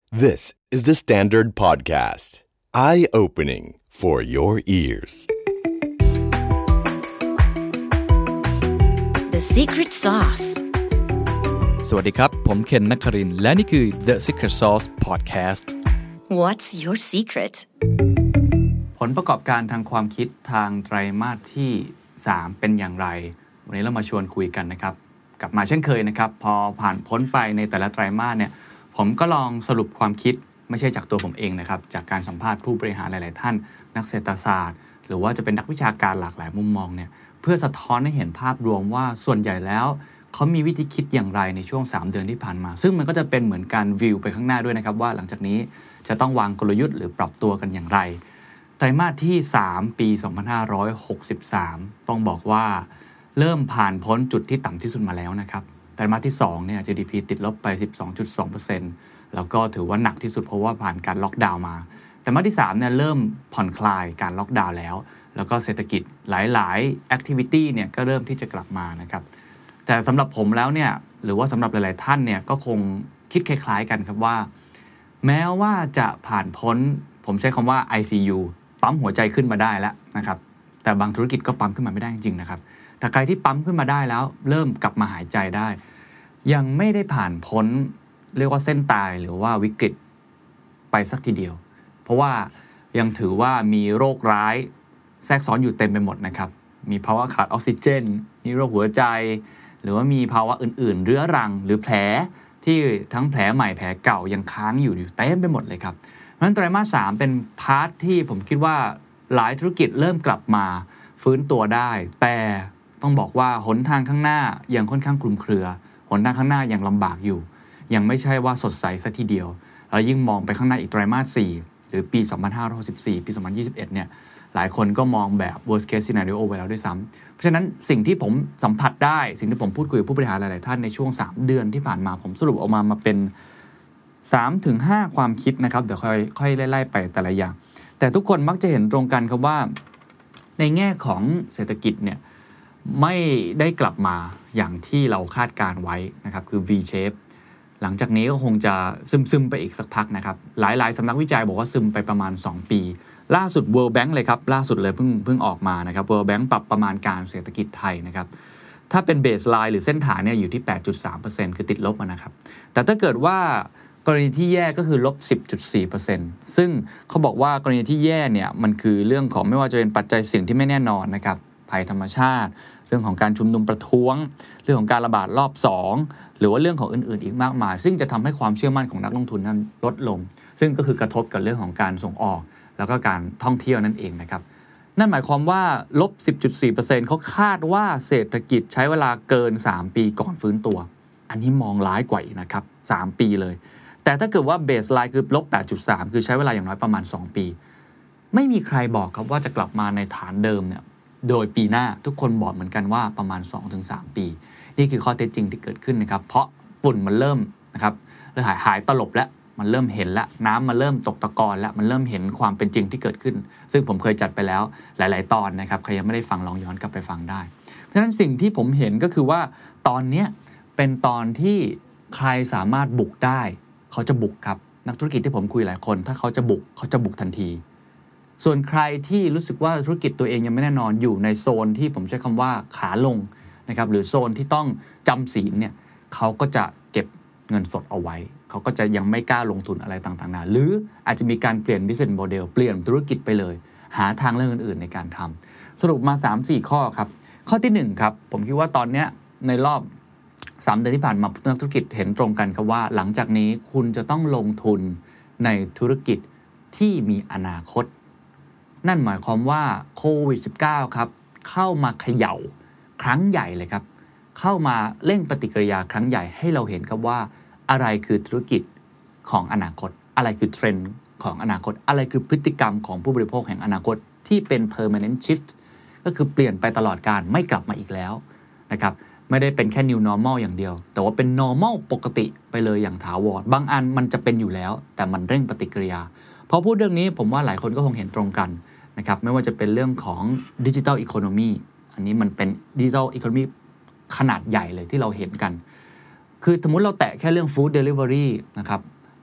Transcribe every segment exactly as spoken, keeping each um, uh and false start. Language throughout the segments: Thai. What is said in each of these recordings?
This is the Standard Podcast. Eye-opening for your ears. The Secret Sauce. สวัสดีครับผมเคนนครินทร์และนี่คือ The Secret Sauce Podcast. What's your secret? ผลประกอบการทางความคิดทางไตรมาสที่สามเป็นอย่างไรวันนี้เรามาชวนคุยกันนะครับกลับมาเช่นเคยนะครับพอผ่านพ้นไปในแต่ละไตรมาสเนี่ยผมก็ลองสรุปความคิดไม่ใช่จากตัวผมเองนะครับจากการสัมภาษณ์ผู้บริหารหลายๆท่านนักเศรษฐศาสตร์หรือว่าจะเป็นนักวิชาการหลากหลายมุมมองเนี่ยเพื่อสะท้อนให้เห็นภาพรวมว่าส่วนใหญ่แล้วเขามีวิธีคิดอย่างไรในช่วงสามเดือนที่ผ่านมาซึ่งมันก็จะเป็นเหมือนการวิวไปข้างหน้าด้วยนะครับว่าหลังจากนี้จะต้องวางกลยุทธ์หรือปรับตัวกันอย่างไรไตรมาสที่สามปีสองพันห้าร้อยหกสิบสามต้องบอกว่าเริ่มผ่านพ้นจุดที่ต่ำที่สุดมาแล้วนะครับไตรมาสที่สองเนี่ย จี ดี พี ติดลบไป สิบสองจุดสองเปอร์เซ็นต์ แล้วก็ถือว่าหนักที่สุดเพราะว่าผ่านการล็อกดาวน์มาไตรมาสที่สามเนี่ยเริ่มผ่อนคลายการล็อกดาวน์แล้วแล้วก็เศรษฐกิจหลายๆแอคทิวิตี้เนี่ยก็เริ่มที่จะกลับมานะครับแต่สำหรับผมแล้วเนี่ยหรือว่าสำหรับหลายๆท่านเนี่ยก็คงคิดคล้ายๆกันครับว่าแม้ว่าจะผ่านพ้นผมใช้คำว่า ไอ ซี ยู ปั๊มหัวใจขึ้นมาได้แล้วนะครับแต่บางธุรกิจก็ปั๊มขึ้นมาไม่ได้จริงๆนะครับแต่ใครที่ปั๊มขึ้นมาได้แล้วเริ่มกลับมาหายใจได้ยังไม่ได้ผ่านพ้นเรียกว่าเส้นตายหรือว่าวิกฤตไปสักทีเดียวเพราะว่ายังถือว่ามีโรคร้ายแทรกซ้อนอยู่เต็มไปหมดนะครับมีภาวะขาดออกซิเจนมีโรคหัวใจหรือว่ามีภาวะอื่นๆเรื้อรังหรือแผลที่ทั้งแผลใหม่แผลเก่ายังค้างอยู่อยู่เต็มไปหมดเลยครับเพราะฉะนั้นไตรมาสสามเป็นพาร์ทที่ผมคิดว่าหลายธุรกิจเริ่มกลับมาฟื้นตัวได้แต่ต้องบอกว่าหนทางข้างหน้ายังค่อนข้างคลุมเครือหนทางข้างหน้ายังลำบากอยู่ยังไม่ใช่ว่าสดใสซะทีเดียวแล้วยิ่งมองไปข้างหน้าอีกไตรมาสสี่หรือปีสองพันห้าร้อยหกสิบสี่ปีสองพันยี่สิบเอ็ดเนี่ยหลายคนก็มองแบบ worst case scenario ไว้แล้วด้วยซ้ำเพราะฉะนั้นสิ่งที่ผมสัมผัสได้สิ่งที่ผมพูดคุยกับผู้บริหารหลายๆท่านในช่วงสามเดือนที่ผ่านมาผมสรุปออกมามาเป็น สามถึงห้า ความคิดนะครับเดี๋ยวค่อยค่อยไล่ๆไปแต่ละอย่างแต่ทุกคนมักจะเห็นตรงกันครับว่าในแง่ของเศรษฐกิจเนี่ยไม่ได้กลับมาอย่างที่เราคาดการไว้นะครับคือ V shape หลังจากนี้ก็คงจะซึมๆไปอีกสักพักนะครับหลายๆสำนักวิจัยบอกว่าซึมไปประมาณสองปีล่าสุด World Bank เลยครับล่าสุดเลยเพิ่งเพิ่งออกมานะครับ World Bank ปรับประมาณการเศรษฐกิจไทยนะครับถ้าเป็นเบสไลน์หรือเส้นฐานเนี่ยอยู่ที่ แปดจุดสามเปอร์เซ็นต์ คือติดลบนะครับแต่ถ้าเกิดว่ากรณีที่แย่ก็คือลบ สิบจุดสี่เปอร์เซ็นต์ ซึ่งเขาบอกว่ากรณีที่แย่เนี่ยมันคือเรื่องของไม่ว่าจะเป็นปัจจัยเสี่ยงที่ไม่แน่นอนนะครับภัยธรรมชาติเรื่องของการชุมนุมประท้วงเรื่องของการระบาดรอบสองหรือว่าเรื่องของอื่นๆอีกมากมายซึ่งจะทำให้ความเชื่อมั่นของนักลงทุนนั้นลดลงซึ่งก็คือกระทบกับเรื่องของการส่งออกแล้วก็การท่องเที่ยวนั่นเองนะครับนั่นหมายความว่าลบ สิบจุดสี่เปอร์เซ็นต์ เขาคาดว่าเศรษฐกิจใช้เวลาเกินสามปีก่อนฟื้นตัวอันนี้มองร้ายกว่าอีกนะครับสามปีเลยแต่ถ้าเกิดว่าเบสไลน์คือลบ แปดจุดสาม คือใช้เวลาอย่างน้อยประมาณสองปีไม่มีใครบอกครับว่าจะกลับมาในฐานเดิมเนี่ยโดยปีหน้าทุกคนบอกเหมือนกันว่าประมาณ สองถึงสาม ปีนี่คือข้อเท็จจริงที่เกิดขึ้นนะครับเพราะฝุ่นมันเริ่มนะครับหายหายตลบแล้วมันเริ่มเห็นแล้วน้ำมันเริ่มตกตะกอนแล้วมันเริ่มเห็นความเป็นจริงที่เกิดขึ้นซึ่งผมเคยจัดไปแล้วหลายๆตอนนะครับใครยังไม่ได้ฟังลองย้อนกลับไปฟังได้เพราะฉะนั้นสิ่งที่ผมเห็นก็คือว่าตอนนี้เป็นตอนที่ใครสามารถบุกได้เขาจะบุกครับนักธุรกิจที่ผมคุยหลายคนถ้าเขาจะบุกเขาจะบุกทันทีส่วนใครที่รู้สึกว่าธุรกิจตัวเองยังไม่แน่นอนอยู่ในโซนที่ผมใช้คำว่าขาลงนะครับหรือโซนที่ต้องจำศีลเนี่ยเขาก็จะเก็บเงินสดเอาไว้เขาก็จะยังไม่กล้าลงทุนอะไรต่างๆนาหรืออาจจะมีการเปลี่ยน business model เปลี่ยนธุรกิจไปเลยหาทางเรื่องอื่นๆในการทำสรุปมา สามถึงสี่ ข้อครับข้อที่หนึ่งครับผมคิดว่าตอนเนี้ยในรอบสามเดือนที่ผ่านมานักธุรกิจเห็นตรงกันครับว่าหลังจากนี้คุณจะต้องลงทุนในธุรกิจที่มีอนาคตนั่นหมายความว่าโควิด สิบเก้า ครับเข้ามาเขย่าครั้งใหญ่เลยครับเข้ามาเร่งปฏิกิริยาครั้งใหญ่ให้เราเห็นครับว่าอะไรคือธุรกิจของอนาคตอะไรคือเทรนด์ของอนาคตอะไรคือพฤติกรรมของผู้บริโภคแห่งอนาคตที่เป็น permanent shift ก็คือเปลี่ยนไปตลอดกาลไม่กลับมาอีกแล้วนะครับไม่ได้เป็นแค่ new normal อย่างเดียวแต่ว่าเป็น normal ปกติไปเลยอย่างถาวรบางอันมันจะเป็นอยู่แล้วแต่มันเร่งปฏิกิริยาพอพูดเรื่องนี้ผมว่าหลายคนก็คงเห็นตรงกันนะครับไม่ว่าจะเป็นเรื่องของดิจิทัลอีโคโนมีอันนี้มันเป็นดิจิทัลอีโคโนมีขนาดใหญ่เลยที่เราเห็นกันคือสมมุติเราแตะแค่เรื่อง food delivery นะครับ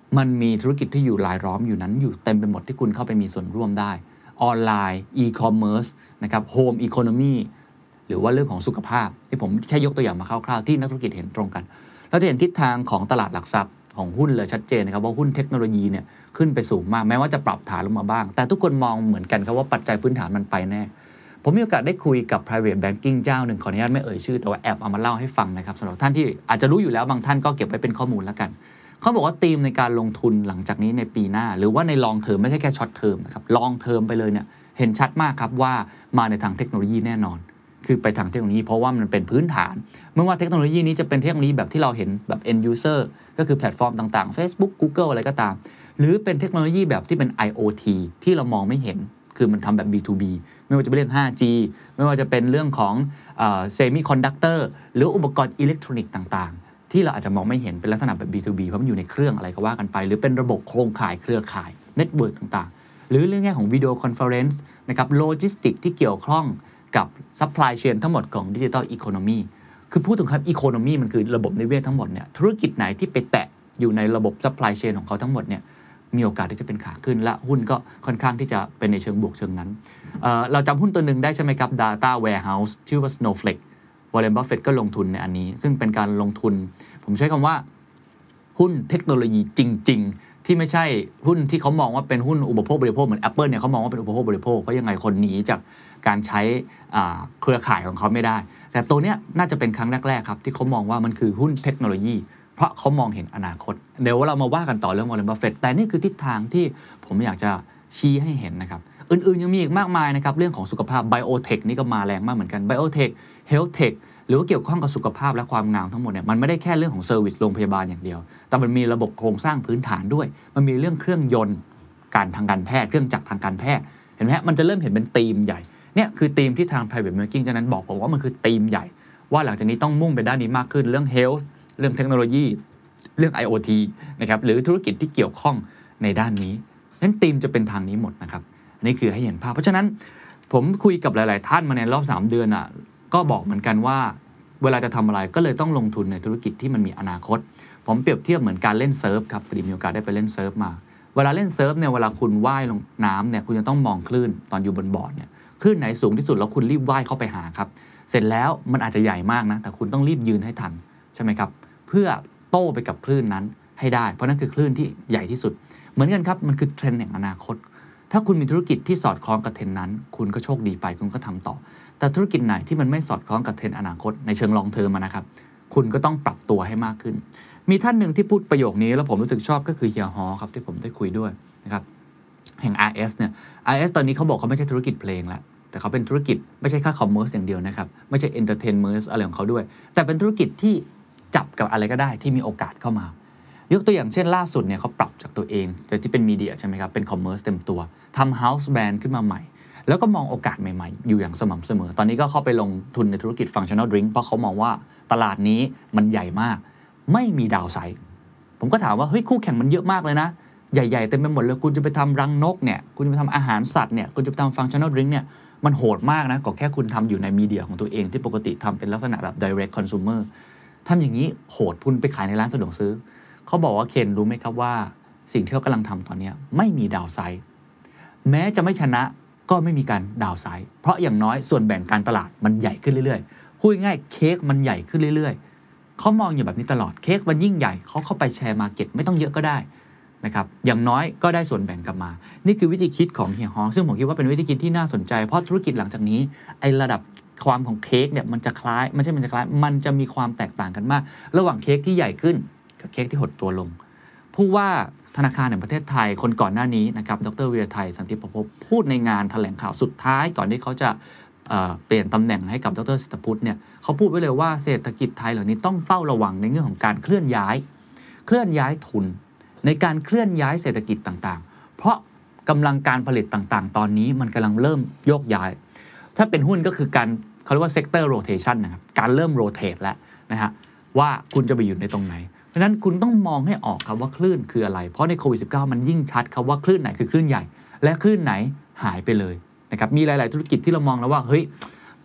มันมีธุรกิจที่อยู่รายล้อมอยู่นั้นอยู่เต็มไปหมดที่คุณเข้าไปมีส่วนร่วมได้ออนไลน์อีคอมเมิร์ซนะครับโฮมอีโคโนมีหรือว่าเรื่องของสุขภาพที่ผมแค่ยกตัวอย่างมาคร่าวๆที่นักธุรกิจเห็นตรงกันเราจะเห็นทิศทางของตลาดหลักทรัพย์ของหุ้นเลยชัดเจนนะครับว่าหุ้นเทคโนโลยีเนี่ยขึ้นไปสูงมากแม้ว่าจะปรับฐานลงมาบ้างแต่ทุกคนมองเหมือนกันครับว่าปัจจัยพื้นฐานมันไปแน่ผมมีโอกาสได้คุยกับ private banking เจ้าหนึ่งขออนุญาตไม่เอ่ยชื่อแต่ว่าแอบเอามาเล่าให้ฟังนะครับสำหรับท่านที่อาจจะรู้อยู่แล้วบางท่านก็เก็บไว้เป็นข้อมูลแล้วกันเขาบอกว่าธีมในการลงทุนหลังจากนี้ในปีหน้าหรือว่าใน long term ไม่ใช่แค่ short term นะครับ long term ไปเลยเนี่ยเห็นชัดมากครับว่ามาในทางเทคโนโลยีแน่นอนคือไปทางเทคโนโลยีเพราะว่ามันเป็นพื้นฐานไม่ว่าเทคโนโลยีนี้จะเป็นเทคโนโลยีแบบที่เราเห็นแบบ end user ก็คือแพลตฟอร์มต่างๆ Facebook Google อะไรก็ตามหรือเป็นเทคโนโลยีแบบที่เป็น ไอ โอ ที ที่เรามองไม่เห็นคือมันทำแบบ บี ทู บี ไม่ว่าจะเป็นเรื่อง ห้าจี ไม่ว่าจะเป็นเรื่องของเอ่อ semiconductor หรืออุปกรณ์อิเล็กทรอนิกส์ต่างๆที่เราอาจจะมองไม่เห็นเป็นลักษณะแบบ บี ทู บี เพราะมันอยู่ในเครื่องอะไรก็ว่ากันไปหรือเป็นระบบโครงข่ายเครือข่ายเน็ตเวิร์กต่างๆหรือเรื่องแง่ของวิดีโอคอนเฟอเรนซ์นะครับโลจิสติกที่เกี่ยวข้องกับซัพพลายเชนทั้งหมดของดิจิทัลอีโคโนมีคือพูดถึงครับอีโคโนมีมันคือระบบนิเวศทั้งหมดเนี่ยธุรกิจไหนที่ไปแตะอยู่ในระบบซัพพลายเชนของเขาทั้งหมดเนี่ยมีโอกาสที่จะเป็นขาขึ้นและหุ้นก็ค่อนข้างที่จะเป็นในเชิงบวกเชิงนั้น เอ่อ เราจำหุ้นตัวหนึ่งได้ใช่ไหมครับ Data Warehouse ชื่อว่า Snowflake Warren Buffett ก็ลงทุนในอันนี้ซึ่งเป็นการลงทุนผมใช้คำว่าหุ้นเทคโนโลยีจริงๆที่ไม่ใช่หุ้นที่เขามองว่าเป็นหุ้นอุปโภคบริโภคเหมือน Apple เนี่ยเขามองว่าเป็นอุปโภคบริโภคเพราะยังไงคนหนีจากการใช้เครือข่ายของเขาไม่ได้แต่ตัวเนี้ยน่าจะเป็นครั้งแรกๆครับที่เขามองว่ามันคือหุ้นเทคโนโลยีเพราะเขามองเห็นอนาคตเดี๋ยวเรามาว่ากันต่อเรื่อง Warren Buffett แต่นี่คือทิศทางที่ผมอยากจะชี้ให้เห็นนะครับอื่นๆยังมีอีกมากมายนะครับเรื่องของสุขภาพ Biotech นี่ก็มาแรงมากเหมือนกัน Biotech Health Tech หรือว่าเกี่ยวข้องกับสุขภาพและความงามทั้งหมดเนี่ยมันไม่ได้แค่เรื่องของเซอร์วิสโรงพยาบาลอย่างเดียวแต่มันมีระบบโครงสร้างพื้นฐานด้วยมันมีเรื่องเครื่องยนต์การทางการแพทย์เครื่องจักรทางการแพทย์เห็นไหมฮะมันจะเริ่มเห็นเป็นธีมใหญ่เนี่ยคือธีมที่ทาง private banking จากนั้นบอกผมว่ามันคือธีมใหญ่ว่าหลังจากนี้ต้องมุ่งไปด้านนี้มากขึ้นเรื่อง health เรื่องเทคโนโลยีเรื่อง ไอ โอ ที นะครับหรือธุรกิจที่เกี่ยวข้องในด้านนี้นั้นธีมจะเป็นทางนี้หมดนะครับอันนี้คือให้เห็นภาพเพราะฉะนั้นผมคุยกับหลายๆท่านมาในรอบสามเดือนอ่ะก็บอกเหมือนกันว่าเวลาจะทำอะไรก็เลยต้องลงทุนในธุรกิจที่มันมีอนาคตผมเปรียบเทียบเหมือนการเล่นเซิร์ฟครับพอดีมีโอกาสได้ไปเล่นเซิร์ฟมาเวลาเล่นเซิร์ฟเนี่ยเวลาคุณว่ายลงน้ำเนี่ยคุณจะต้องมองคลื่นตอนอยู่บนบอร์ดเนี่ยคลื่นไหนสูงที่สุดแล้วคุณรีบว่ายเข้าไปหาครับเสร็จแล้วมันอาจจะใหญ่มากนะแต่คุณต้องรีบยืนให้ทันใช่ไหมครับเพื่อโต้ไปกับคลื่นนั้นให้ได้เพราะนั่นคือคลื่นที่ใหญ่ที่สุดเหมือนกันครับมันคือเทรนด์แห่งอนาคตถ้าคุณมีธุรกิจที่สอดคล้องกับเทรนด์นั้นคุณก็โชคดีไปคุณก็ทำต่อแต่ธุรกิจไหนที่มันไม่สอดคล้องกับเทรนด์อนาคตในเชิงลองเทอมนะครับคุณก็ต้องปรับตัวให้มากขึ้นมีท่านหนึ่งที่พูดประโยคนี้แล้วผมรู้สึกชอบก็คือเฮียฮอครับที่ผมได้คุยด้วยนะครับแห่ง อาร์ เอส เนี่ย อาร์ เอส ตอนนี้เขาบอกเขาไม่ใช่ธุรกิจเพลงแล้วแต่เขาเป็นธุรกิจไม่ใช่แค่คอมเมอร์สอย่างเดียวนะครับไม่ใช่เอนเตอร์เทนเมอร์สอะไรของเขาด้วยแต่เป็นธุรกิจที่จับกับอะไรก็ได้ที่มีโอกาสเข้ามายกตัวอย่างเช่นล่าสุดเนี่ยเขาปรับจากตัวเองจากที่เป็นมีเดียใช่ไหมครับเป็นคอมเมอร์สเต็มตัวทำเฮาส์แบรนด์ขึ้นมาใหม่แล้วก็มองโอกาสใหม่ๆอยู่อย่างสม่ำเสมอตอนนี้ก็เข้าไปลงทุนในธุรกิจ Functional Drink เพราะเขามองว่าตลาดนี้มันใหญ่มากไม่มีดาวไซด์ผมก็ถามว่าเฮ้ยคู่แข่งมันเยอะมากเลยนะใหญ่ๆเต็มไปหมดเลยคุณจะไปทำรังนกเนี่ยคุณจะไปทำอาหารสัตว์เนี่ยคุณจะไปทำ Functional Drink เนี่ยมันโหดมากนะก็แค่คุณทำอยู่ในมีเดียของตัวเองที่ปกติทำเป็นลักษณะแบบ direct consumer ทำอย่างนี้โหดคุณไปขายในร้านสะดวกซื้อเขาบอกว่าเคนรู้ไหมครับว่าสิ่งที่เขากำลังทำตอนนี้ไม่มีดาวไซด์แม้จะไม่ชนะก็ไม่มีการดาวไซด์เพราะอย่างน้อยส่วนแบ่งการตลาดมันใหญ่ขึ้นเรื่อยๆพูดง่ายๆเค้กมันใหญ่ขึ้นเรื่อยๆเขามองอยู่แบบนี้ตลอดเค้กมันยิ่งใหญ่เขาเข้าไปแชร์มาร์เก็ตไม่ต้องเยอะก็ได้นะครับอย่างน้อยก็ได้ส่วนแบ่งกลับมานี่คือวิธีคิดของเฮียฮอซึ่งผมคิดว่าเป็นวิธีคิดที่น่าสนใจเพราะธุรกิจหลังจากนี้ไอ้ระดับความของเค้กเนี่ยมันจะคล้ายไม่ใช่มันจะคล้ายมันจะมีความแตกต่างกันมากระหว่างเค้กที่ใหญ่ขึ้นกับเค้กที่หดตัวลงผู้ว่าธนาคารแห่งประเทศไทยคนก่อนหน้านี้นะครับดร.วีระไทยสันติประภพพูดในงานแถลงข่าวสุดท้ายก่อนที่เขาจะเอ่อเปลี่ยนตำแหน่งให้กับดร.สิทธพุทธเนี่ยเขาพูดไว้เลยว่าเศรษฐกิจไทยเหล่านี้ต้องเฝ้าระวังในเรื่องของการเคลื่อนย้ายเคลื่อนย้ายทุนในการเคลื่อนย้ายเศรษฐกิจต่างๆเพราะกำลังการผลิตต่างๆตอนนี้มันกำลังเริ่มโยกย้ายถ้าเป็นหุ้นก็คือการเขาเรียกว่า sector rotation นะครับการเริ่ม rotate แล้วนะฮะว่าคุณจะไปอยู่ในตรงไหนเพราะฉะนั้นคุณต้องมองให้ออกครับว่าคลื่นคืออะไรเพราะในโควิด สิบเก้า มันยิ่งชัดครับว่าคลื่นไหนคือคลื่นใหญ่และคลื่นไหนหายไปเลยนะครับมีหลายๆธุรกิจที่เรามองแล้วว่าเฮ้ย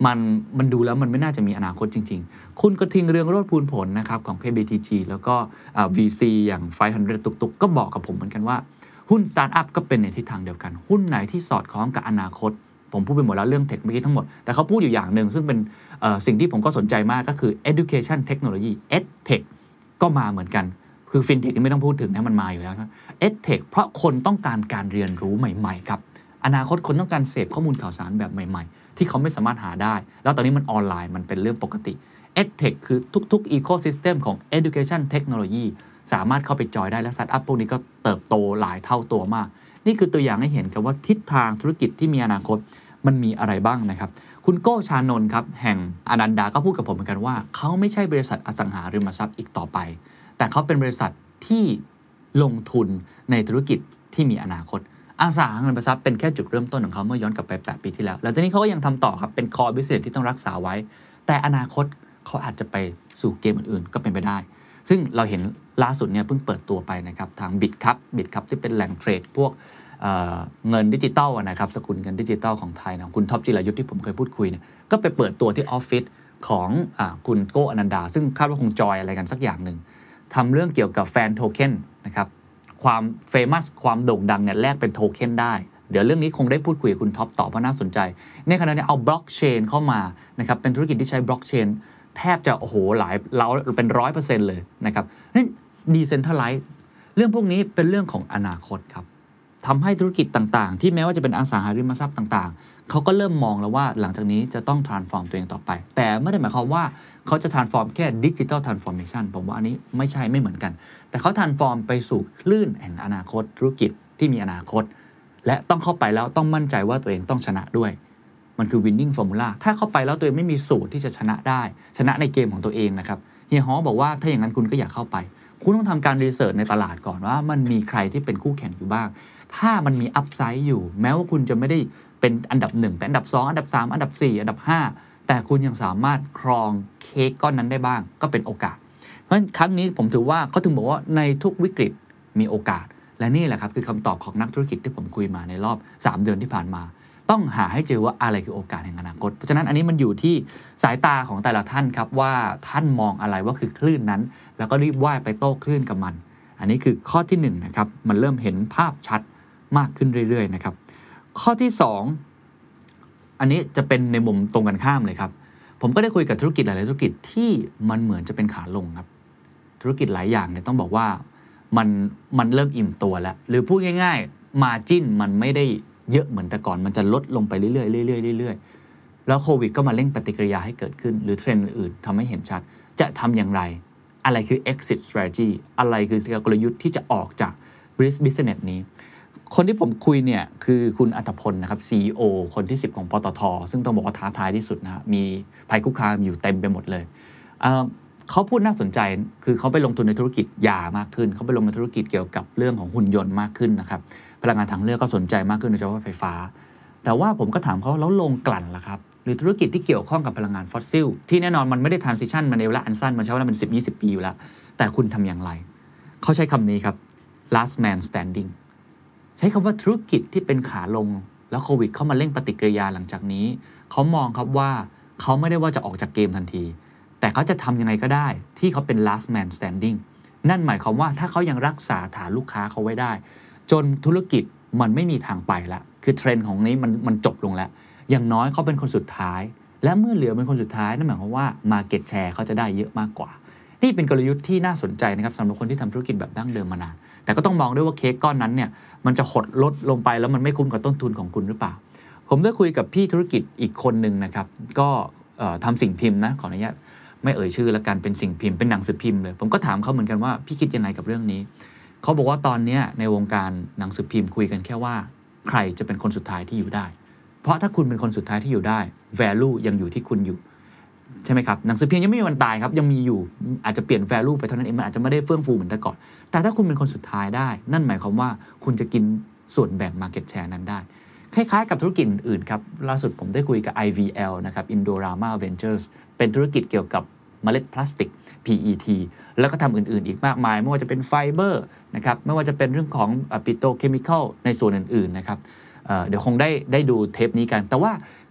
มันมันดูแล้วมันไม่น่าจะมีอนาคตจริงๆคุณกระทิงเรืองโรจน์พูนผลนะครับของ เค บี ที จี แล้วก็ วี ซี อย่างไฟว์ฮันเดรด ตุกๆก็บอกกับผมเหมือนกันว่าหุ้นสตาร์ทอัพก็เป็นในทิศทางเดียวกันหุ้นไหนที่สอดคล้องกับอนาคตผมพูดไปหมดแล้วเรื่องเทคเมื่อกี้ทั้งหมดแต่เขาพูดอยู่อย่างหนึ่งซึ่งเป็นสิ่งที่ผมก็สนใจมากก็คือ education technology edtech ก็มาเหมือนกันคือ fintech ไม่ต้องพูดถึงนะมันมาอยู่แล้วครับ edtech เพราะคนต้องการการเรียนรู้ใหม่ๆครับอนาคตคนต้องการเสพข้อมูลข่าวสารแบบใหม่ๆที่เขาไม่สามารถหาได้แล้วตอนนี้มันออนไลน์มันเป็นเรื่องปกติ edtech คือทุกๆ ecosystem ของ education technology สามารถเข้าไปจอยได้และสตาร์ทอัพพวกนี้ก็เติบโตหลายเท่าตัวมากนี่คือตัวอย่างให้เห็นครับว่าทิศทางธุรกิจที่มีอนาคตมันมีอะไรบ้างนะครับคุณโก้ชานนท์ครับแห่งอนันดาก็พูดกับผมเหมือนกันว่าเขาไม่ใช่บริษัทอสังหาริมทรัพย์อีกต่อไปแต่เขาเป็นบริษัทที่ลงทุนในธุรกิจที่มีอนาคตอสังหาริมทรัพย์เป็นแค่จุดเริ่มต้นของเขาเมื่อย้อนกลับไปแปดปีที่แล้วแล้วตอนนี้เขาก็ยังทำต่อครับเป็น core business ที่ต้องรักษาไว้แต่อนาคตเขาอาจจะไปสู่เกมอื่นๆก็เป็นไปได้ซึ่งเราเห็นล่าสุดเนี่ยเพิ่งเปิดตัวไปนะครับทาง Bitcup Bitcup ที่เป็นแหล่งเทรดพวกเ, เงินดิจิตอลนะครับสกุลเงินดิจิตอลของไทยนะคุณท็อปจิรายุทธที่ผมเคยพูดคุยเนี่ยก็ไปเปิดตัวที่ออฟฟิศของอคุณโก้อนันดาซึ่งคาดว่าคงจอยอะไรกันสักอย่างหนึ่งทำเรื่องเกี่ยวกับแฟนโทเค็นนะครับความเฟมัสความโด่งดังเนี่ยแลกเป็นโทเค็นได้เดี๋ยวเรื่องนี้คงได้พูดคุยกับคุณท็อปต่อเพราะน่าสนใจในขณะนี้เอาบล็อกเชนเข้ามานะครับเป็นธุรกิจที่ใช้บล็อกเชนแทบจะโอ้โหหลายเราเป็น ร้อยเปอร์เซ็นต์ เลยนะครับนั่นดีเซนทรัลไลซ์เรื่องพวกนี้เป็นเรื่องของอนาคตครับทำให้ธุรกิจต่างๆที่แม้ว่าจะเป็นอสังหาริมทรัพย์ต่างๆเขาก็เริ่มมองแล้วว่าหลังจากนี้จะต้อง transform ตัวเองต่อไปแต่ไม่ได้หมายความว่าเขาจะ transform แค่ digital transformation ผมว่าอันนี้ไม่ใช่ไม่เหมือนกันแต่เขา transform ไปสู่คลื่นแห่งอนาคตธุรกิจที่มีอนาคตและต้องเข้าไปแล้วต้องมั่นใจว่าตัวเองต้องชนะด้วยมันคือ winning formula ถ้าเข้าไปแล้วตัวเองไม่มีสูตรที่จะชนะได้ชนะในเกมของตัวเองนะครับเฮียฮอบอกว่าถ้าอย่างนั้นคุณก็อยากเข้าไปคุณต้องทำการรีเสิร์ชในตลาดก่อนว่ามันมีใครที่เป็นคู่แข่งอยู่บ้างถ้ามันมีอัพไซด์อยู่แม้ว่าคุณจะไม่ได้เป็นอันดับหนึ่งแต่อันดับสองอันดับสามอันดับสี่อันดับห้าแต่คุณยังสามารถครองเค้กก้อนนั้นได้บ้างก็เป็นโอกาสเพราะฉะนั้นครั้งนี้ผมถือว่าเขาถึงบอกว่าในทุกวิกฤตมีโอกาสและนี่แหละครับคือคำตอบของนักธุรกิจที่ผมคุยมาในรอบสามเดือนที่ผ่านมาต้องหาให้เจอว่าอะไรคือโอกาสแห่งอนาคตเพราะฉะนั้นอันนี้มันอยู่ที่สายตาของแต่ละท่านครับว่าท่านมองอะไรว่าคือคลื่นนั้นแล้วก็รีบว่ายไปโต้คลื่นกับมันอันนี้คือข้อที่หนึ่งนะครับมันเริ่มเห็นภาพชัดมากขึ้นเรื่อยๆนะครับข้อที่สองอันนี้จะเป็นในมุมตรงกันข้ามเลยครับผมก็ได้คุยกับธุรกิจหลายๆธุรกิจที่มันเหมือนจะเป็นขาลงครับธุรกิจหลายอย่างเนี่ยต้องบอกว่ามันมันเริ่มอิ่มตัวแล้วหรือพูดง่ายๆมาจิ้นมันไม่ได้เยอะเหมือนแต่ก่อนมันจะลดลงไปเรื่อยๆเรื่อยๆเรื่อยๆแล้วโควิดก็มาเร่งปฏิกิริยาให้เกิดขึ้นหรือเทรนด์อื่นๆทำให้เห็นชัดจะทำอย่างไรอะไรคือ exit strategy อะไรคือกลยุทธ์ที่จะออกจาก business นี้คนที่ผมคุยเนี่ยคือคุณอัตพลนะครับ ซี อี โอ คนที่สิบของปตท.ซึ่งต้องบอกว่าท้าทายที่สุดนะมีภัยคุกคามอยู่เต็มไปหมดเลยเอ่อเขาพูดน่าสนใจคือเขาไปลงทุนในธุรกิจยามากขึ้นเขาไปลงในธุรกิจเกี่ยวกับเรื่องของหุ่นยนต์มากขึ้นนะครับพลังงานทางเลือกก็สนใจมากขึ้นโดยเฉพาะไฟฟ้าแต่ว่าผมก็ถามเขาแล้วลงกลั่นล่ะครับหรือธุรกิจที่เกี่ยวข้องกับพลังงานฟอสซิลที่แน่นอนมันไม่ได้ transition มาในเวลาอันสั้นมันใช้เวลาเป็น สิบถึงยี่สิบ ปีอยู่แล้วแต่คุณทำอย่างไรเขาใช้คำนี้ครับ last man standing ใช้คำว่าธุรกิจที่เป็นขาลงแล้วโควิดเข้ามาเร่งปฏิกิริยาหลังจากนี้เขามองครับว่าเขาไม่ได้ว่าจะออกจากเกมทันทีแต่เขาจะทำยังไงก็ได้ที่เขาเป็น last man standing นั่นหมายความว่าถ้าเขายังรักษาฐานลูกค้าเขาไว้ได้จนธุรกิจมันไม่มีทางไปละคือเทรนด์ของนี้มันมันจบลงแล้วอย่างน้อยเขาเป็นคนสุดท้ายและเมื่อเหลือเป็นคนสุดท้ายนั่นหมายความว่า market share เขาจะได้เยอะมากกว่านี่เป็นกลยุทธ์ที่น่าสนใจนะครับสำหรับคนที่ทำธุรกิจแบบดั้งเดิมมานานแต่ก็ต้องมองด้วยว่าเค้กก้อนนั้นเนี่ยมันจะหดลดลงไปแล้วมันไม่คุ้มกับต้นทุนของคุณหรือเปล่าผมได้คุยกับพี่ธุรกิจอีกคนนึงนะครับก็ทำสิ่งพิมพ์นะขออนุญาตไม่เอ่ยชื่อละกันเป็นสิ่งพิมพ์เป็นหนังสือพิมพ์เลยผมก็ถามเขาเหมือนกันว่าพี่คิดยังไงกับเรื่องนี้เขาบอกว่าตอนนี้ในวงการหนังสือพิมพ์คุยกันแค่ว่าใครจะเป็นคนสุดท้ายที่อยู่ได้เพราะถ้าคุณเป็นคนสุดท้ายที่อยู่ได้ value ยังอยู่ที่คุณอยู่ใช่ไหมครับหนังสือพิมพ์ยังไม่มีวันตายครับยังมีอยู่อาจจะเปลี่ยน value ไปเท่านั้นเองมันอาจจะไม่ได้เฟื่องฟูเหมือนแต่ก่อนแต่ถ้าคุณเป็นคนสุดท้ายได้นั่นหมายความว่าคุณจะกินส่วนแบ่ง market share นั้นได้คล้ายๆกับธุรกิจอื่นๆครับล่าสุดผมได้คุยกับ ไอ วี แอล นะครับ Indorama Ventures เป็นธุรกิจเกี่ยวกับเมล็ดพลาสติก พี อี ที แล้วก็ทำอื่นๆอีกมากมายไม่ว่าจะเป็นไฟเบอร์นะครับไม่ว่าจะเป็นเรื่องของปิโตรเคมีคอลในส่วนอื่นๆนะครับ เ, เดี๋ยวคงได้ได้ดูเทปนี้กันแต่ว่า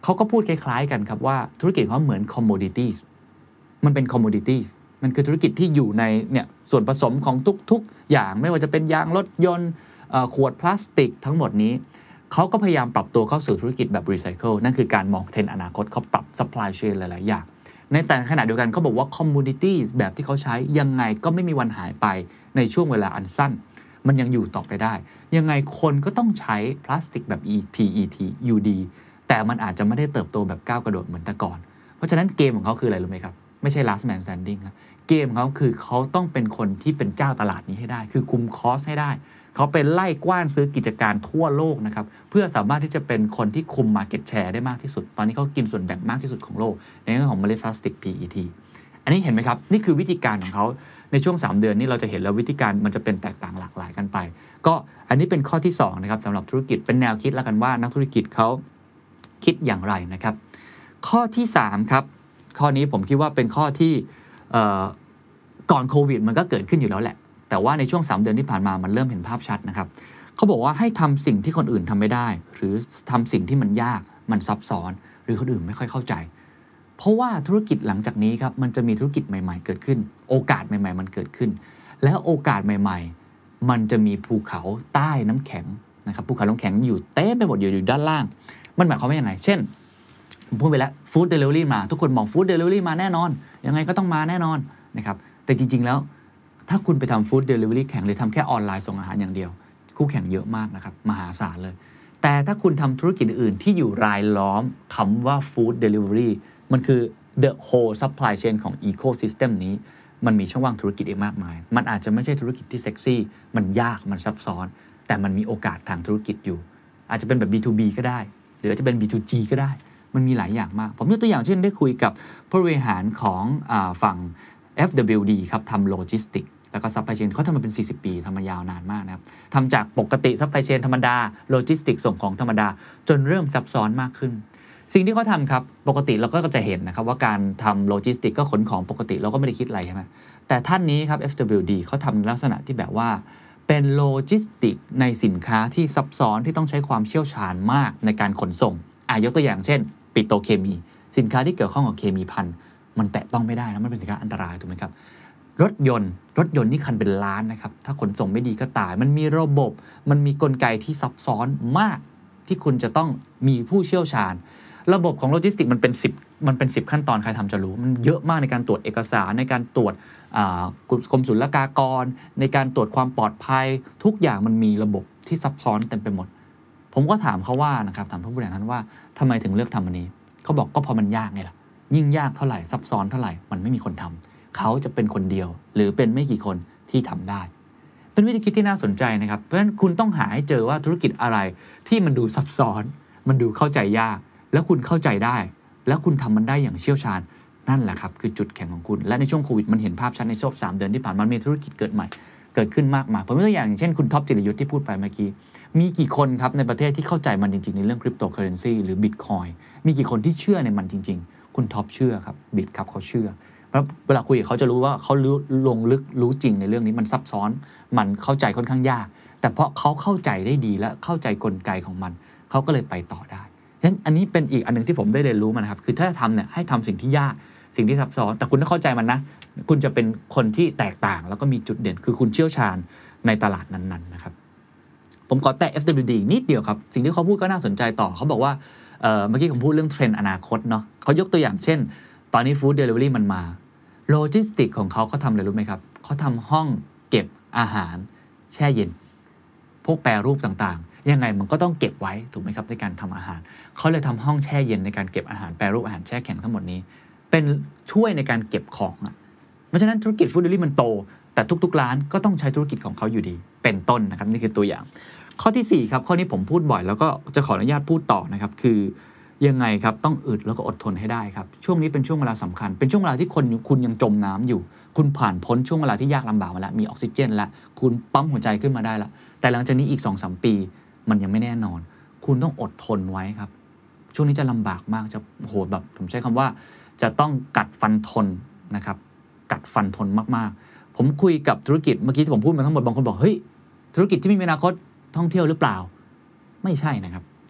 เขาก็พูดคล้ายๆกันครับว่าธุรกิจเขาเหมือน commodities มันเป็น commodities มันคือธุรกิจที่อยู่ในเนี่ยส่วนผสมของทุกๆอย่างไม่ว่าจะเป็นยางรถยนต์ขวดพลาสติกทั้งหมดนี้เขาก็พยายามปรับตัวเข้าสู่ธุรกิจแบบ recycle นั่นคือการมองเทรนด์อนาคตเขาปรับ supply chain หลายๆอย่างในแต่ขณะเดียวกันเขาบอกว่า commodities แบบที่เขาใช้ยังไงก็ไม่มีวันหายไปในช่วงเวลาอันสั้นมันยังอยู่ต่อไปได้ยังไงคนก็ต้องใช้พลาสติกแบบ พี อี ที อยู่ดีแต่มันอาจจะไม่ได้เติบโตแบบก้าวกระโดดเหมือนแต่ก่อนเพราะฉะนั้นเกมของเขาคืออะไรรู้ไหมครับไม่ใช่ last man standing ครับเกมของเขาคือเขาต้องเป็นคนที่เป็นเจ้าตลาดนี้ให้ได้คือคุมคอสให้ได้เขาเป็นไล่กว้านซื้อกิจการทั่วโลกนะครับเพื่อสามารถที่จะเป็นคนที่คุม market share ได้มากที่สุดตอนนี้เขากินส่วนแบ่งมากที่สุดของโลกในเรื่องของเมล็ดพลาสติก พี อี ที อันนี้เห็นไหมครับนี่คือวิธีการของเขาในช่วงสามเดือนนี้เราจะเห็นแล้ววิธีการมันจะเป็นแตกต่างหลากหลายกันไปก็อันนี้เป็นข้อที่สองนะครับสำหรับธุรกิจเป็นแนวคิดแล้วกันว่านักธุรกิจเขาคิดอย่างไรนะครับข้อที่สามครับข้อนี้ผมคิดว่าเป็นข้อที่ก่อนโควิดมันก็เกิดขึ้นอยู่แล้วแหละแต่ว่าในช่วงสามเดือนที่ผ่านมามันเริ่มเห็นภาพชัดนะครับเขาบอกว่าให้ทำสิ่งที่คนอื่นทำไม่ได้หรือทำสิ่งที่มันยากมันซับซ้อนหรือคนอื่นไม่ค่อยเข้าใจเพราะว่าธุรกิจหลังจากนี้ครับมันจะมีธุรกิจใหม่ๆเกิดขึ้นโอกาสใหม่ๆมันเกิดขึ้นแล้วโอกาสใหม่ๆมันจะมีภูเขาใต้น้ำแข็งนะครับภูเขาน้ำแข็งอยู่เต็มไปหมดอยู่ด้านล่างมันหมายความว่ายังไงเช่นผมพูดไปแล้วฟู้ดเดลิเวอรี่มาทุกคนมองฟู้ดเดลิเวอรี่มาแน่นอนยังไงก็ต้องมาแน่นอนนะครับแต่จริงๆแล้วถ้าคุณไปทำฟู้ดเดลิเวอรี่แข่งหรือทำแค่ออนไลน์ส่งอาหารอย่างเดียวคู่แข่งเยอะมากนะครับมหาศาลเลยแต่ถ้าคุณทำธุรกิจอื่นที่อยู่รายล้อมคำว่าฟู้ดเดลิเวอรี่มันคือ the whole supply chain ของ ecosystem นี้มันมีช่องว่างธุรกิจอีกมากมายมันอาจจะไม่ใช่ธุรกิจที่เซ็กซี่มันยากมันซับซ้อนแต่มันมีโอกาสทางธุรกิจอยู่อาจจะเป็นแบบ บี ทู บี ก็ได้หรืออาจจะเป็น บี ทู จี ก็ได้มันมีหลายอย่างมากผมยกตัวอย่างเช่นได้คุยกับผู้บริหารของอ่าฝั่ง เอฟ ดับเบิลยู ดี ครับทำโลจิสติกแล้วก็ซัพพลายเชนเขาทำมาเป็นสี่สิบปีทำมายาวนานมากนะครับทำจากปกติซัพพลายเชนธรรมดาโลจิสติกส่งของธรรมดาจนเริ่มซับซ้อนมากขึ้นสิ่งที่เขาทำครับปกติเราก็จะเห็นนะครับว่าการทำโลจิสติกก็ขนของปกติเราก็ไม่ได้คิดอะไรใช่ไหมแต่ท่านนี้ครับ เอฟ ดับเบิลยู ดี เขาทำในลักษณะที่แบบว่าเป็นโลจิสติกในสินค้าที่ซับซ้อนที่ต้องใช้ความเชี่ยวชาญมากในการขนส่งอ่ะยกตัวอย่างเช่นปิโตรเคมีสินค้าที่เกี่ยวข้องกับเคมีภัณฑ์มันแตะต้องไม่ได้นะมันเป็นสินค้าอันตรายถูกไหมครับรถยนต์รถยนต์นี่คันเป็นล้านนะครับถ้าขนส่งไม่ดีก็ตายมันมีระบบมันมีกลไกที่ซับซ้อนมากที่คุณจะต้องมีผู้เชี่ยวชาญระบบของโลจิสติกมันเป็นสิบมันเป็นสิบขั้นตอนใครทำจะรู้มันเยอะมากในการตรวจเอกสารในการตรวจกรมศุลกากรในการตรวจความปลอดภัยทุกอย่างมันมีระบบที่ซับซ้อนเต็มไปหมดผมก็ถามเขาว่านะครับถามผู้บริหารท่านว่าทำไมถึงเลือกทำอันนี้เขาบอกก็เพราะมันยากไงล่ะยิ่งยากเท่าไหร่ซับซ้อนเท่าไหร่มันไม่มีคนทำเขาจะเป็นคนเดียวหรือเป็นไม่กี่คนที่ทำได้เป็นวิธีคิดที่น่าสนใจนะครับเพราะฉะนั้นคุณต้องหาให้เจอว่าธุรกิจอะไรที่มันดูซับซ้อนมันดูเข้าใจยากแล้วคุณเข้าใจได้แล้วคุณทำมันได้อย่างเชี่ยวชาญนั่นแหละครับคือจุดแข็งของคุณและในช่วงโควิดมันเห็นภาพชัดในช่วงสามเดือนที่ผ่านมามีธุรกิจเกิดใหม่เกิดขึ้นมากมายผมยกตัวอย่างเช่นคุณท็อปจิรยุทธ์ที่พูดไปเมื่อกี้มีกี่คนครับในประเทศที่เข้าใจมันจริงๆในเรื่องคริปโตเคอเรนซีหรือบิตคอยน์มีกี่คนที่เชื่อในมันจริงๆคุณท็อปเชื่อครับบิตครับเขาเชื่อเพราะเวลาคุยกับเขาจะรู้ว่าเขารู้ลงลึกรู้จริงในเรื่องนี้มันซับซ้อนมันเข้าใจค่อนข้างยากแต่เพราะเขาเข้าใจได้ดีและเข้าใจกลไกของมันเขาก็เลยไปต่อได้ฉะนั้นอันนี้เป็นอีกอันนึงที่ผมได้เรียนรู้มานะครับคือถ้าทำเนี่ยให้ทำสิ่งที่ยากสิ่งที่ซับซ้อนแต่คุณต้องเข้าใจมันนะคุณจะเป็นคนที่แตกต่างแล้วก็มีจุดเด่นคือคุณเชี่ยวชาญในตลาดนั้นๆนะครับผมขอแตะ เอฟ ดับเบิลยู ดี นิดเดียวครับสิ่งที่เขาพูดก็น่าสนใจต่อเขาบอกว่า เ, เมื่อกี้ผมพูดเรื่องเทรนด์อนาคตเนาะเขายกตัวอย่างเช่นตอนนี้ฟู้ดเดลิเวอรี่มันมาโลจิสติกของเขาเขาทำอะไรรู้ไหมครับเขาทำห้องเก็บอาหารแช่เย็นพวกแปรรูปต่างๆยังไงมันก็ต้องเก็บไว้ถูกไหมครับในการทำอาหารเขาเลยทำห้องแช่เย็นในการเก็บอาหารแปรรูปอาหารแช่แข็งทั้งหมดนี้เป็นช่วยในการเก็บของอ่ะเพราะฉะนั้นธุรกิจฟู้ดเดลิเวอรี่มันโตแต่ทุกๆร้านก็ต้องใช้ธุรกิจของเขาอยู่ดีเป็นต้นนะครับนี่คือตัวอย่างข้อที่สี่ครับข้อนี้ผมพูดบ่อยแล้วก็จะขออนุญาตพูดต่อนะครับคือยังไงครับต้องอึดแล้วก็อดทนให้ได้ครับช่วงนี้เป็นช่วงเวลาสำคัญเป็นช่วงเวลาที่คนคุณยังจมน้ำอยู่คุณผ่านพ้นช่วงเวลาที่ยากลำบากมาแล้วมีออกซิเจนแล้วคุณปั๊มหัวใจขึ้นมาได้แล้วแต่หลังจากนี้อีก สองถึงสาม ปีมันยังไม่แน่นอนคุณต้องอดทนไว้ครับช่วงนี้จะลำบากมากจะโหแบบผมใช้คำว่าจะต้องกัดฟันทนนะครับกัดฟันทนมากๆผมคุยกับธุรกิจเมื่อกี้ที่ผมพูดมาทั้งหมดบางคนบอกเฮ้ยธุรกิจที่ไม่มีอนาคตท่องเที่ยวหรือเปล่าไม่ใช่นะครับ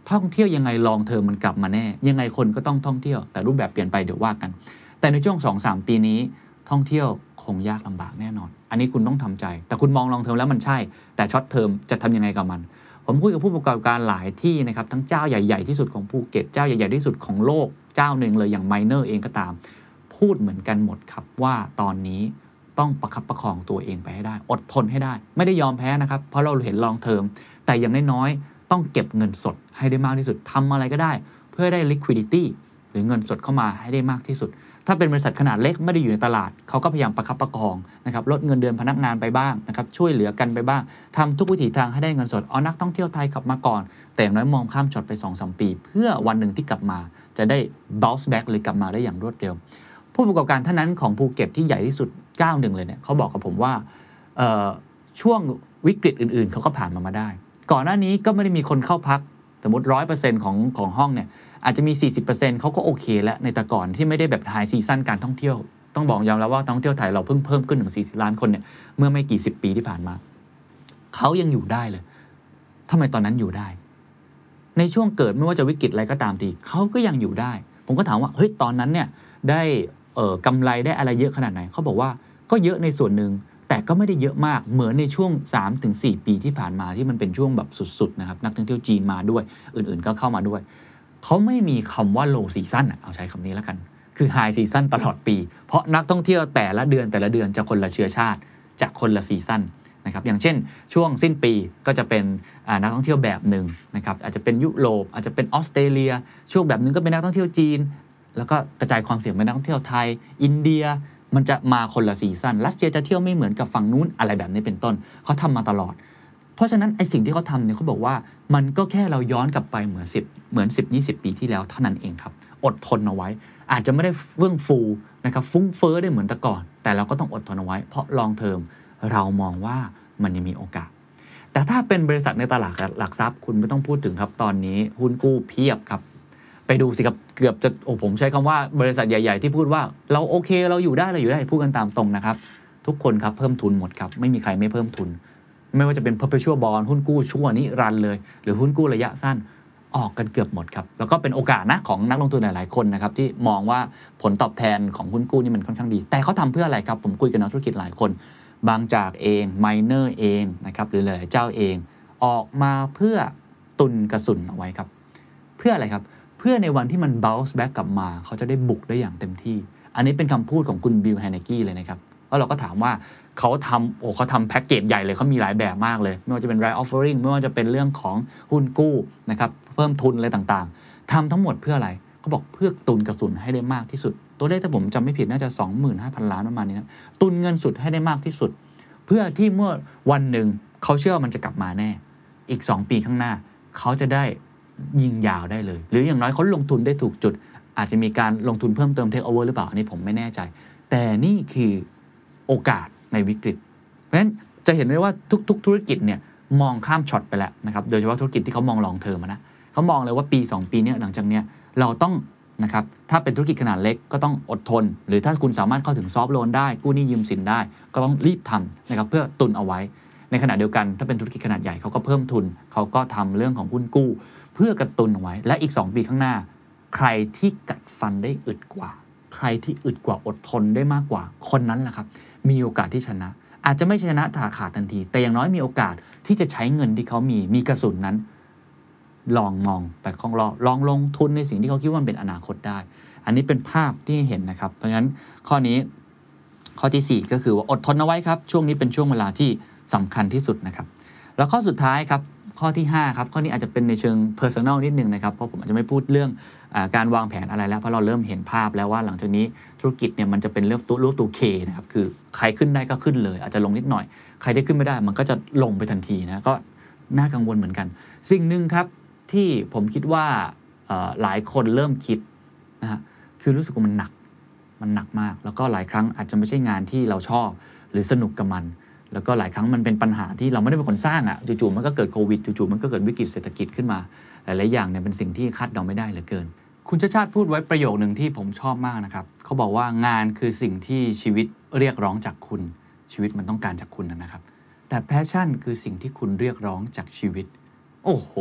ท่องเที่ยวยังไงลองเทอมมันกลับมาแน่ยังไงคนก็ต้องท่องเที่ยวแต่รูปแบบเปลี่ยนไปเดี๋ยวว่ากันแต่ในช่วง สองถึงสาม ปีนี้ท่องเที่ยวคงยากลำบากแน่นอนอันนี้คุณต้องทำใจแต่คุณมองลองเทอมแล้วมันใช่แต่ช็อตเทอมจะทำยังไงกับมันผมคุยกับผู้ประกอบการหลายที่นะครับทั้งเจ้าใหญ่ๆที่สุดของภูเก็ตเจ้าใหญ่ๆที่สุดของโลกเจ้าหนึ่งเลยอย่างไมเนอร์เองก็ตามพูดเหมือนกันหมดครับว่าตอนนี้ต้องประคับประคองตัวเองไปให้ได้อดทนให้ได้ไม่ได้ยอมแพ้นะครับเพราะเราเห็นลองเทอมแต่อย่างน้อยๆต้องเก็บเงินสดให้ได้มากที่สุดทำอะไรก็ได้เพื่อได้ liquidity หรือเงินสดเข้ามาให้ได้มากที่สุดถ้าเป็นบริษัทขนาดเล็กไม่ได้อยู่ในตลาดเขาก็พยายามประคับประคองนะครับลดเงินเดือนพนักงานไปบ้างนะครับช่วยเหลือกันไปบ้างทำทุกวิถีทางให้ได้เงินสดเอานักท่องเที่ยวไทยกลับมาก่อนแต่อย่างน้อยมองข้ามช็อตไป สองถึงสาม ปีเพื่อวันหนึ่งที่กลับมาจะได้ bounce back หรือกลับมาได้อย่างรวดเร็วผู้ประกอบการท่านนั้นของภูเก็ตที่ใหญ่ที่สุดเจ้าหนึ่งเลยเนี่ยเขาบอกกับผมว่าช่วงวิกฤตอื่นๆเขาก็ผ่านมามาได้ก่อนหน้านี้ก็ไม่ได้มีคนเข้าพักสมมติ ร้อยเปอร์เซ็นต์ ของของห้องเนี่ยอาจจะมี สี่สิบเปอร์เซ็นต์ เขาก็โอเคแล้วในแต่ก่อนที่ไม่ได้แบบไฮซีซั่นการท่องเที่ยวต้องบอกยอมแล้วว่าท่องเที่ยวไทยเราเพิ่งเพิ่มขึ้นถึงสี่สิบล้านคนเนี่ยเมื่อไม่กี่สิบปีที่ผ่านมาเขายังอยู่ได้เลยทำไมตอนนั้นอยู่ได้ในช่วงเกิดไม่ว่าจะวิกฤตอะไรก็ตามทีเขาก็ยังอยู่ได้ผมก็ถามว่าเฮ้ยตอนนั้นเนี่ยได้เอ่อกำไรได้อะไรเยอะขนาดไหนเขาบอกว่าก็เยอะในส่วนหนึ่งแต่ก็ไม่ได้เยอะมากเหมือนในช่วง สามถึงสี่ ปีที่ผ่านมาที่มันเป็นช่วงแบบสุดๆนะครับนักท่องเที่ยวจีนมาด้วยอื่นๆก็เข้ามาด้วยเขาไม่มีคำว่า low season อ่ะเอาใช้คำนี้แล้วกันคือ high season ตลอดปีเพราะนักท่องเที่ยวแต่ละเดือนแต่ละเดือนจะคนละเชื้อชาติจะคนละซีซั่นนะครับอย่างเช่นช่วงสิ้นปีก็จะเป็นนักท่องเที่ยวแบบหนึ่งนะครับอาจจะเป็นยุโรปอาจจะเป็นออสเตรเลียช่วงแบบนึงก็เป็นนักท่องเที่ยวจีนแล้วก็กระจายความเสี่ยงเป็นนักท่องเที่ยวไทยอินเดียมันจะมาคนละซีซั่นรัสเซียจะเที่ยวไม่เหมือนกับฝั่งนู้นอะไรแบบนี้เป็นต้นเขาทำมาตลอดเพราะฉะนั้นไอ้สิ่งที่เขาทำเนี่ยเขาบอกว่ามันก็แค่เราย้อนกลับไปเหมือนสิบเหมือนสิบ ยี่สิบ ปีที่แล้วเท่านั้นเองครับอดทนเอาไว้อาจจะไม่ได้เฟื่องฟูนะครับฟุ้งเฟ้อได้เหมือนแต่ก่อนแต่เราก็ต้องอดทนเอาไว้เพราะลองเทอมเรามองว่ามันยังมีโอกาสแต่ถ้าเป็นบริษัทในตลาดหลักทรัพย์คุณไม่ต้องพูดถึงครับตอนนี้หุ้นกู้เพียบครับไปดูสิครับเกือบจะโอ้ผมใช้คำว่าบริษัทใหญ่ๆที่พูดว่าเราโอเคเราอยู่ได้เราอยู่ได้พูดกันตามตรงนะครับทุกคนครับเพิ่มทุนหมดครับไม่มีใครไม่เพิ่มทุนไม่ว่าจะเป็น perpetual bond หุ้นกู้ชั่วนิรันดร์เลยหรือหุ้นกู้ระยะสั้นออกกันเกือบหมดครับแล้วก็เป็นโอกาสนะของนักลงทุนหลายๆคนนะครับที่มองว่าผลตอบแทนของหุ้นกู้นี่มันค่อนข้างดีแต่เขาทำเพื่ออะไรครับผมคุยกับนักธุรกิจหลายคนบางจากเองไมเนอร์เองนะครับหรือหลายๆเจ้าเองออกมาเพื่อตุนกระสุนเอาไว้ครับเพื่ออะไรครับเพื่อในวันที่มัน bounce back กลับมาเขาจะได้บุกได้อย่างเต็มที่อันนี้เป็นคำพูดของคุณบิล ไฮเนกี้เลยนะครับแล้วเราก็ถามว่าเขาทำโอ้เขาทำแพ็กเกจใหญ่เลยเขามีหลายแบบมากเลยไม่ว่าจะเป็น right offering ไม่ว่าจะเป็นเรื่องของหุ้นกู้นะครับเพิ่มทุนอะไรต่างๆทำทั้งหมดเพื่ออะไรเขาบอกเพื่อตุนกระสุนให้ได้มากที่สุดตัวเลขถ้าผมจำไม่ผิดน่าจะ สองหมื่นห้าพัน ล้านประมาณนี้นะตุนเงินสุดให้ได้มากที่สุดเพื่อที่เมื่อวันหนึ่งเขาเชื่อว่ามันจะกลับมาแน่อีกสองปีข้างหน้าเขาจะได้ยิงยาวได้เลยหรืออย่างน้อยเขาลงทุนได้ถูกจุดอาจจะมีการลงทุนเพิ่มเติม take over หรือเปล่าอันนี้ผมไม่แน่ใจแต่นี่คือโอกาสในวิกฤตเพราะฉะนั้นจะเห็นได้ว่าทุกๆธุรกิจเนี่ยมองข้ามช็อตไปแล้วนะครับโดยเฉพาะธุรกิจที่เขามองลองเทอมนะเขามองเลยว่าปีสองปีนี้หลังจากเนี้ยเราต้องนะครับถ้าเป็นธุรกิจขนาดเล็กก็ต้องอดทนหรือถ้าคุณสามารถเข้าถึงซอฟท์โลนได้กู้หนี้ยืมสินได้ก็ต้องรีบทำนะครับเพื่อตุนเอาไว้ในขณะเดียวกันถ้าเป็นธุรกิจขนาดใหญ่เขาก็เพิ่มทุนเขาก็ทำเรื่องของหุ้นกู้เพื่อกระตุนเอาไว้และอีกสองปีข้างหน้าใครที่กัดฟันได้อึดกว่าใครที่อึดกว่าอดทนได้มากกว่าคนนั้นแหละครับมีโอกาสที่ชนะอาจจะไม่ชนะถาขาดทันทีแต่อย่างน้อยมีโอกาสที่จะใช้เงินที่เขามีมีกระสุนนั้นลองมองแต่ของเราลองลงทุนในสิ่งที่เขาคิดว่ามันเป็นอนาคตได้อันนี้เป็นภาพที่เห็นนะครับเพราะฉะนั้นข้อนี้ข้อที่สี่ก็คือว่าอดทนเอาไว้ครับช่วงนี้เป็นช่วงเวลาที่สำคัญที่สุดนะครับแล้วข้อสุดท้ายครับข้อที่ห้าครับข้อนี้อาจจะเป็นในเชิง personal นิดนึงนะครับเพราะผมอาจจะไม่พูดเรื่องอาการวางแผนอะไรแล้วเพราะเราเริ่มเห็นภาพแล้วว่าหลังจากนี้ธุรกิจเนี่ยมันจะเป็นเรื่องตัวรูปตัว K นะครับคือใครขึ้นได้ก็ขึ้นเลยอาจจะลงนิดหน่อยใครที่ขึ้นไม่ได้มันก็จะลงไปทันทีนะก็น่ากังวลเหมือนกันสิ่งหนึ่งครับที่ผมคิดว่าหลายคนเริ่มคิดนะฮะคือรู้สึกว่ามันหนักมันหนักมากแล้วก็หลายครั้งอาจจะไม่ใช่งานที่เราชอบหรือสนุกกับมันแล้วก็หลายครั้งมันเป็นปัญหาที่เราไม่ได้เป็นคนสร้างอ่ะจู่ๆมันก็เกิดโควิดจู่ๆมันก็เกิดวิกฤตเศรษฐกิจขึ้นมาหลายๆอย่างเนี่ยเป็นสิ่งที่คาดเดาไม่ได้เหลือเกินคุณชาติชาติพูดไว้ประโยคนึงที่ผมชอบมากนะครับเขาบอกว่างานคือสิ่งที่ชีวิตเรียกร้องจากคุณชีวิตมันต้องการจากคุณนะครับแต่แพชชั่นคือสิ่งที่คุณเรียกร้องจากชีวิตโอ้โห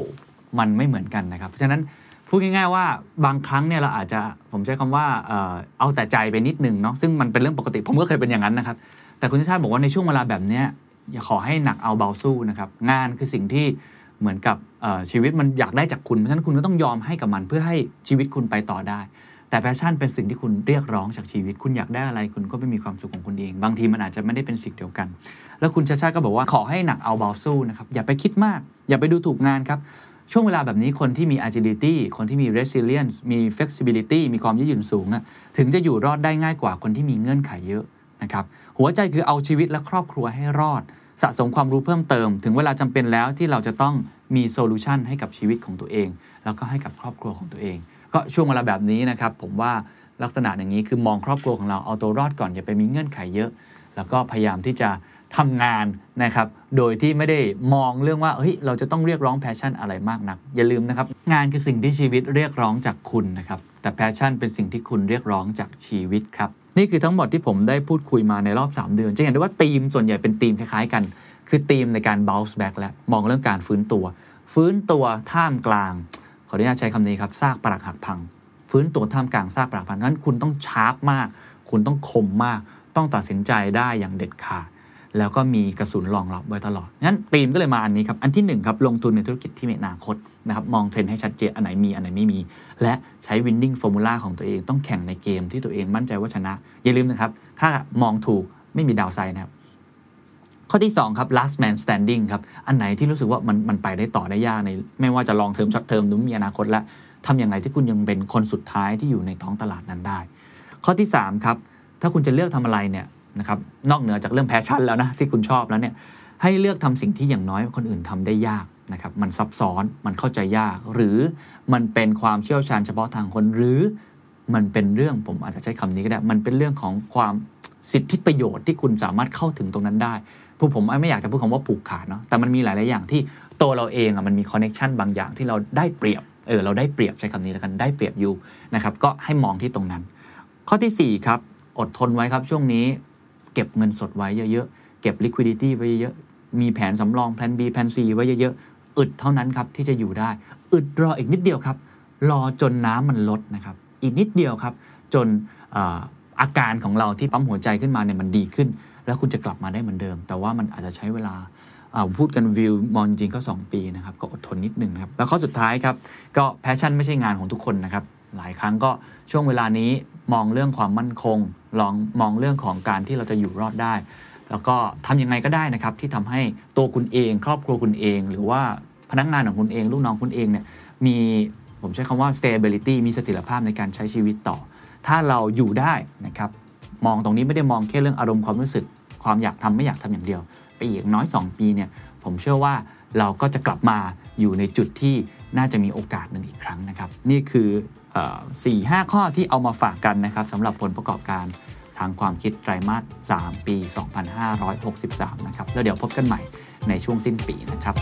มันไม่เหมือนกันนะครับเพราะฉะนั้นพูดง่ายๆว่าบางครั้งเนี่ยเราอาจจะผมใช้คำว่าเอ่อเอาแต่ใจไปนิดนึงเนาะซึ่งมันเป็นเรื่องปกติผมก็เคยเป็นอย่างนั้นนะครับแต่คุณชาติชาติบอกว่าในช่วงเวลาแบบนี้อย่าขอให้หนักเอาเบาสู้นะครับงานคือสิ่งที่เหมือนกับชีวิตมันอยากได้จากคุณเพราะฉะนั้นคุณก็ต้องยอมให้กับมันเพื่อให้ชีวิตคุณไปต่อได้แต่แพชชั่นเป็นสิ่งที่คุณเรียกร้องจากชีวิตคุณอยากได้อะไรคุณก็ไม่มีความสุขของคุณเองบางทีมันอาจจะไม่ได้เป็นสิ่งเดียวกันแล้วคุณชาติชาติก็บอกว่าขอให้หนักเอาเบาสู้นะครับอย่าไปคิดมากอย่าไปดูถูกงานครับช่วงเวลาแบบนี้คนที่มี agility คนที่มี resilience มี flexibility มีความยืดหยุ่นสูงนะถึงจะอยู่รอดได้ง่ายกว่าคนที่มีเงื่อนไขเยอะนะครับหัวใจคือเอาชีวิตและครอบครัวให้รอดสะสมความรู้เพิ่มเติมถึงเวลาจำเป็นแล้วที่เราจะต้องมีโซลูชันให้กับชีวิตของตัวเองแล้วก็ให้กับครอบครัวของตัวเองก็ช่วงเวลาแบบนี้นะครับผมว่าลักษณะอย่างนี้คือมองครอบครัวของเราเอาตัวรอดก่อนอย่าไปมีเงื่อนไขเยอะแล้วก็พยายามที่จะทำงานนะครับโดยที่ไม่ได้มองเรื่องว่าเฮ้ยเราจะต้องเรียกร้องแพชชั่นอะไรมากนักอย่าลืมนะครับงานคือสิ่งที่ชีวิตเรียกร้องจากคุณนะครับแต่แพชชั่นเป็นสิ่งที่คุณเรียกร้องจากชีวิตครับนี่คือทั้งหมดที่ผมได้พูดคุยมาในรอบสามเดือนจะเห็นได้ว่าธีมส่วนใหญ่เป็นธีมคล้ายๆกันคือธีมในการ bounce back และมองเรื่องการฟื้นตัวฟื้นตัวท่ามกลางขออนุญาตใช้คำนี้ครับซากปรักหักพังฟื้นตัวท่ามกลางซากปรักพังนั้นคุณต้องชาร์ปมากคุณต้องคมมากต้องตัดสินใจได้อย่างเด็ดขาดแล้วก็มีกระสุนรองรับไว้ตลอดงั้นธีมก็เลยมาอันนี้ครับอันที่หนึ่งครับลงทุนในธุรกิจที่มีอนาคตนะครับมองเทรนด์ให้ชัดเจนอันไหนมีอันไหนไม่มีและใช้ winning formula ของตัวเองต้องแข่งในเกมที่ตัวเองมั่นใจว่าชนะอย่าลืมนะครับถ้ามองถูกไม่มีดาวไซด์นะครับข้อที่สองครับ last man standing ครับอันไหนที่รู้สึกว่ามันมันไปได้ต่อได้ยากในไม่ว่าจะลองเทอมช็อตเทอมหรือมีอนาคตแล้วทำอย่างไรที่คุณยังเป็นคนสุดท้ายที่อยู่ในท้องตลาดนั้นได้ข้อที่สามครับถ้าคุณจะเลือกทำอะไรเนี่ยนะครับนอกเหนือจากเรื่องแพชชั่นแล้วนะที่คุณชอบแล้วเนี่ยให้เลือกทำสิ่งที่อย่างน้อยคนอื่นทำได้ยากนะครับมันซับซ้อนมันเข้าใจยากหรือมันเป็นความเชี่ยวชาญเฉพาะทางคนหรือมันเป็นเรื่องผมอาจจะใช้คำนี้ก็ได้มันเป็นเรื่องของความสิทธิประโยชน์ที่คุณสามารถเข้าถึงตรงนั้นได้ผู้ผมไม่อยากจะพูดคำว่าผูกขาดเนาะแต่มันมีหลายๆอย่างที่ตัวเราเองอ่ะมันมีคอนเนคชั่นบางอย่างที่เราได้เปรียบเออเราได้เปรียบใช้คำนี้แล้วกันได้เปรียบอยู่นะครับก็ให้มองที่ตรงนั้นข้อที่สี่ครับอดทนไว้ครับช่วงนี้เก็บเงินสดไว้เยอะๆเก็บ liquidity ไว้เยอะๆมีแผนสำรองแผน B แผน C ไว้เยอะๆอึดเท่านั้นครับที่จะอยู่ได้อึดรออีกนิดเดียวครับรอจนน้ำมันลดนะครับอีกนิดเดียวครับจนอาการของเราที่ปั๊มหัวใจขึ้นมาเนี่ยมันดีขึ้นแล้วคุณจะกลับมาได้เหมือนเดิมแต่ว่ามันอาจจะใช้เวลาพูดกันวิวมองจริงๆก็สองปีนะครับก็อดทนนิดนึงนะครับแล้วข้อสุดท้ายครับก็แพชชั่นไม่ใช่งานของทุกคนนะครับหลายครั้งก็ช่วงเวลานี้มองเรื่องความมั่นคงลองมองเรื่องของการที่เราจะอยู่รอดได้แล้วก็ทำยังไงก็ได้นะครับที่ทำให้ตัวคุณเองครอบครัวคุณเองหรือว่าพนักงานของคุณเองลูกน้องคุณเองเนี่ยมีผมใช้คำว่า stability มีเสถียรภาพในการใช้ชีวิตต่อถ้าเราอยู่ได้นะครับมองตรงนี้ไม่ได้มองแค่เรื่องอารมณ์ความรู้สึกความอยากทำไม่อยากทำอย่างเดียวไปอีกน้อยสองปีเนี่ยผมเชื่อว่าเราก็จะกลับมาอยู่ในจุดที่น่าจะมีโอกาสหนึ่งอีกครั้งนะครับนี่คือสี่ห้าข้อที่เอามาฝากกันนะครับสำหรับผลประกอบการทางความคิดไตรมาสสามปีสองพันห้าร้อยหกสิบสามนะครับแล้วเดี๋ยวพบกันใหม่ในช่วงสิ้นปีนะครับ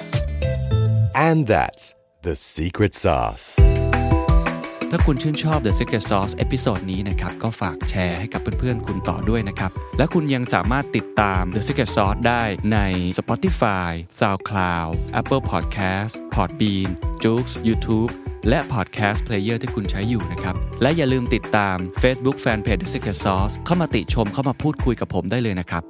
And that's the secret sauce ถ้าคุณชื่นชอบ The Secret Sauce เอพิโซดนี้นะครับก็ฝากแชร์ให้กับเพื่อนๆคุณต่อด้วยนะครับและคุณยังสามารถติดตาม The Secret Sauce ได้ใน Spotify, SoundCloud, Apple Podcast, Podbean, Joox, YouTube และ Podcast Player ที่คุณใช้อยู่นะครับและอย่าลืมติดตาม Facebook Fanpage The Secret Sauce เข้ามาติชมเข้ามาพูดคุยกับผมได้เลยนะครับ